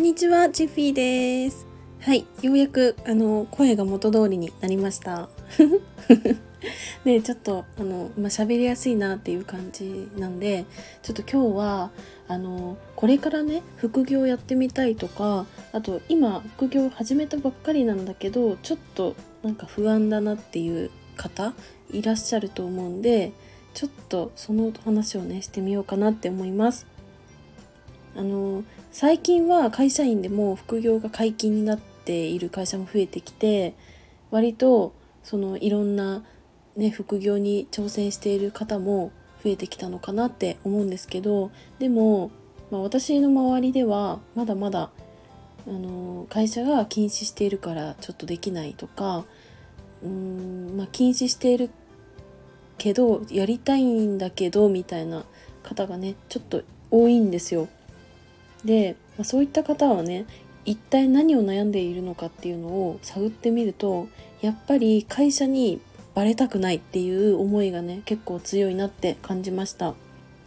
にちは、ジェフィーです。はい、ようやく声が元通りになりました。で、ちょっと喋りやすいなっていう感じなんで、ちょっと今日はこれからね副業やってみたいとか、あと今副業始めたばっかりなんだけど、ちょっとなんか不安だなっていう方いらっしゃると思うんで、ちょっとその話をねしてみようかなって思います。最近は会社員でも副業が解禁になっている会社も増えてきて、割といろんな、ね、副業に挑戦している方も増えてきたのかなって思うんですけど、でも、私の周りではまだまだ会社が禁止しているからちょっとできないとか、禁止しているけどやりたいんだけどみたいな方がねちょっと多いんですよ。で、そういった方はね、一体何を悩んでいるのかっていうのを探ってみると、やっぱり会社にバレたくないっていう思いがね結構強いなって感じました。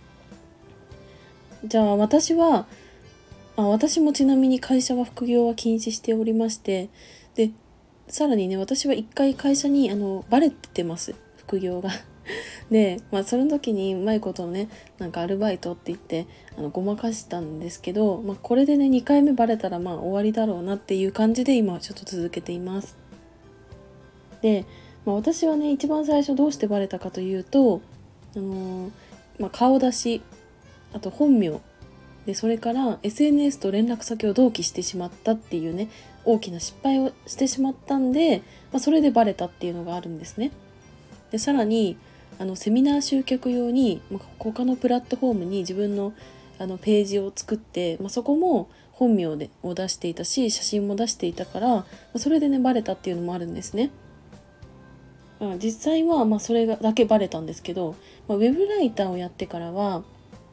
じゃあ私もちなみに会社は副業は禁止しておりまして、でさらにね、私は一回会社にバレてます、副業が。で、その時にうまいことね、なんかアルバイトって言ってごまかしたんですけど、これでね2回目バレたら終わりだろうなっていう感じで今ちょっと続けています。で、私はね一番最初どうしてバレたかというと、顔出し、あと本名で、それから SNS と連絡先を同期してしまったっていうね大きな失敗をしてしまったんで、それでバレたっていうのがあるんですね。でさらにセミナー集客用に他のプラットフォームに自分のページを作って、そこも本名を出していたし写真も出していたから、それでねバレたっていうのもあるんですね。実際はそれだけバレたんですけど、ウェブライターをやってからは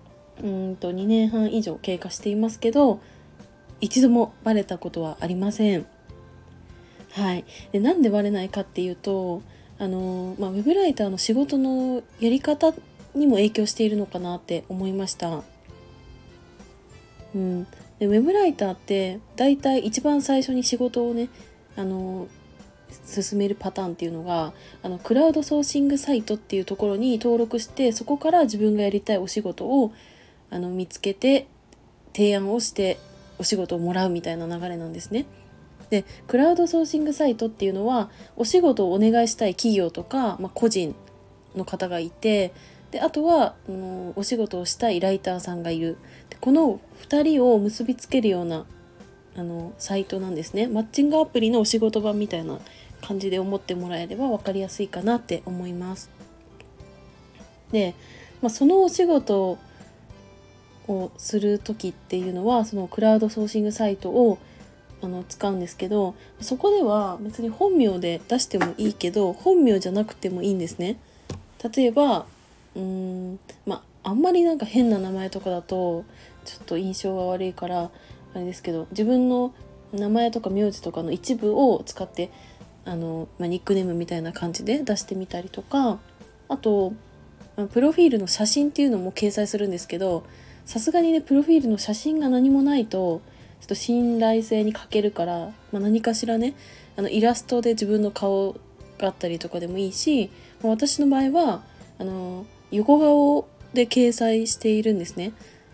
2年半以上経過していますけど、一度もバレたことはありません。はい。で、なんでバレないかっていうと、ウェブライターの仕事のやり方にも影響しているのかなって思いました。うん。で、ウェブライターってだいたい一番最初に仕事をね、進めるパターンっていうのが、クラウドソーシングサイトっていうところに登録して、そこから自分がやりたいお仕事を見つけて提案をしてお仕事をもらうみたいな流れなんですね。で、クラウドソーシングサイトっていうのはお仕事をお願いしたい企業とか、個人の方がいて、であとはお仕事をしたいライターさんがいる。でこの2人を結びつけるようなサイトなんですね。マッチングアプリのお仕事版みたいな感じで思ってもらえれば分かりやすいかなって思います。で、そのお仕事をする時っていうのはそのクラウドソーシングサイトを使うんですけど、そこでは別に本名で出してもいいけど本名じゃなくてもいいんですね。例えばあんまりなんか変な名前とかだとちょっと印象が悪いからあれですけど、自分の名前とか名字とかの一部を使ってニックネームみたいな感じで出してみたりとか、あとプロフィールの写真っていうのも掲載するんですけど、さすがにねプロフィールの写真が何もないとちょっと信頼性に欠けるから、何かしらねイラストで自分の顔があったりとかでもいいし、私の場合は横顔で掲載しているんですね。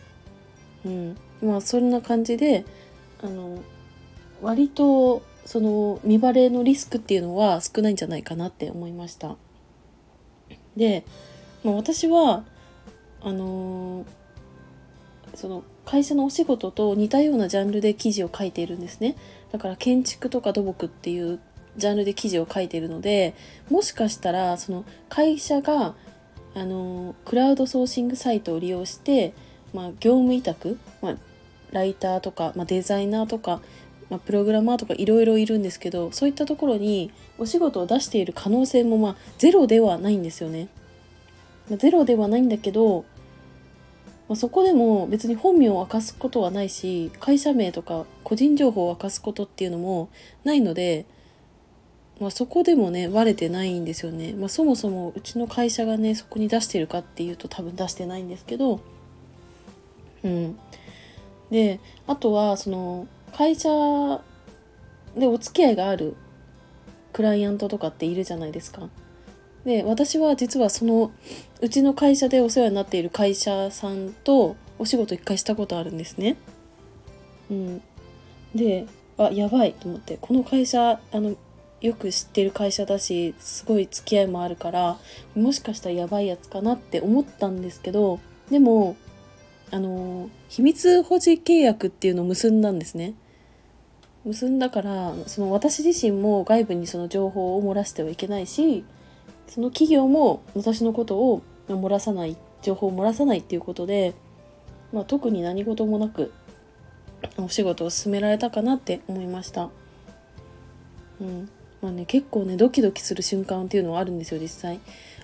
そんな感じで割とその見バレのリスクっていうのは少ないんじゃないかなって思いました。で、私はその会社のお仕事と似たようなジャンルで記事を書いているんですね。だから建築とか土木っていうジャンルで記事を書いているので、もしかしたらその会社がクラウドソーシングサイトを利用して、業務委託、ライターとか、デザイナーとか、プログラマーとかいろいろいるんですけど、そういったところにお仕事を出している可能性もゼロではないんですよね。ゼロではないんだけど、そこでも別に本名を明かすことはないし、会社名とか個人情報を明かすことっていうのもないので、そこでもね割れてないんですよね。そもそもうちの会社がねそこに出してるかっていうと多分出してないんですけど、であとはその会社でお付き合いがあるクライアントとかっているじゃないですか。で、私は実はうちの会社でお世話になっている会社さんとお仕事一回したことあるんですね。うん。で、やばいと思って、この会社、よく知ってる会社だし、すごい付き合いもあるから、もしかしたらやばいやつかなって思ったんですけど、でも、秘密保持契約っていうのを結んだんですね。結んだから、私自身も外部にその情報を漏らしてはいけないし、その企業も私のことを漏らさない、情報を漏らさないっていうことで、特に何事もなくお仕事を進められたかなって思いました。結構ねドキドキする瞬間っていうのはあるんですよ、実際。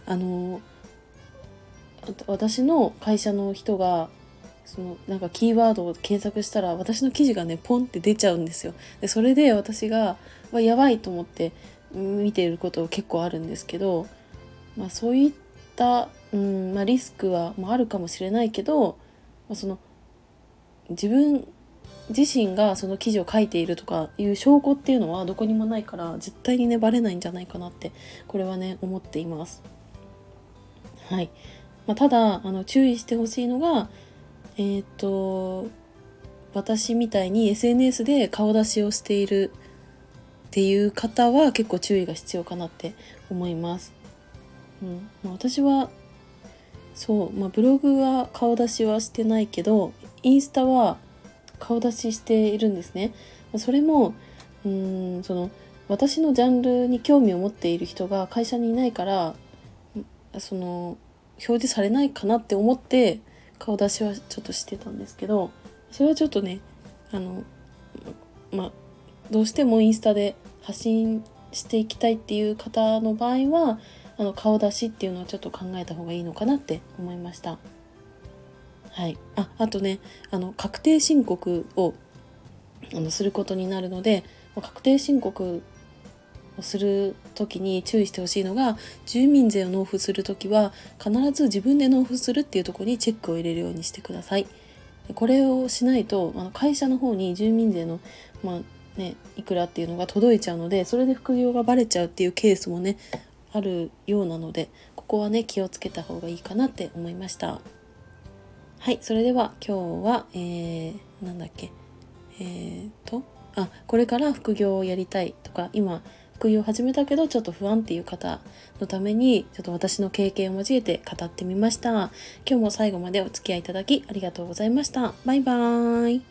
私の会社の人がなんかキーワードを検索したら私の記事がねポンって出ちゃうんですよ。でそれで私がやばいと思って見ていること結構あるんですけど、そういった、リスクは、あるかもしれないけど、自分自身がその記事を書いているとかいう証拠っていうのはどこにもないから、絶対にねバレないんじゃないかなってこれはね思っています。はい。ただ注意してほしいのが、私みたいに SNS で顔出しをしているっていう方は結構注意が必要かなって思います。私はそう、ブログは顔出しはしてないけど、インスタは顔出ししているんですね。それも私のジャンルに興味を持っている人が会社にいないから、表示されないかなって思って顔出しはちょっとしてたんですけど、それはちょっとねどうしてもインスタで発信していきたいっていう方の場合は顔出しっていうのはちょっと考えた方がいいのかなって思いました。はい。あとね確定申告をすることになるので、確定申告をするときに注意してほしいのが、住民税を納付するときは必ず自分で納付するっていうところにチェックを入れるようにしてください。これをしないと会社の方に住民税のいくらっていうのが届いちゃうので、それで副業がバレちゃうっていうケースもねあるようなので、ここはね気をつけた方がいいかなって思いました。はい。それでは今日はなんだっけこれから副業をやりたいとか、今副業を始めたけどちょっと不安っていう方のために、ちょっと私の経験を交えて語ってみました。今日も最後までお付き合いいただきありがとうございました。バイバーイ。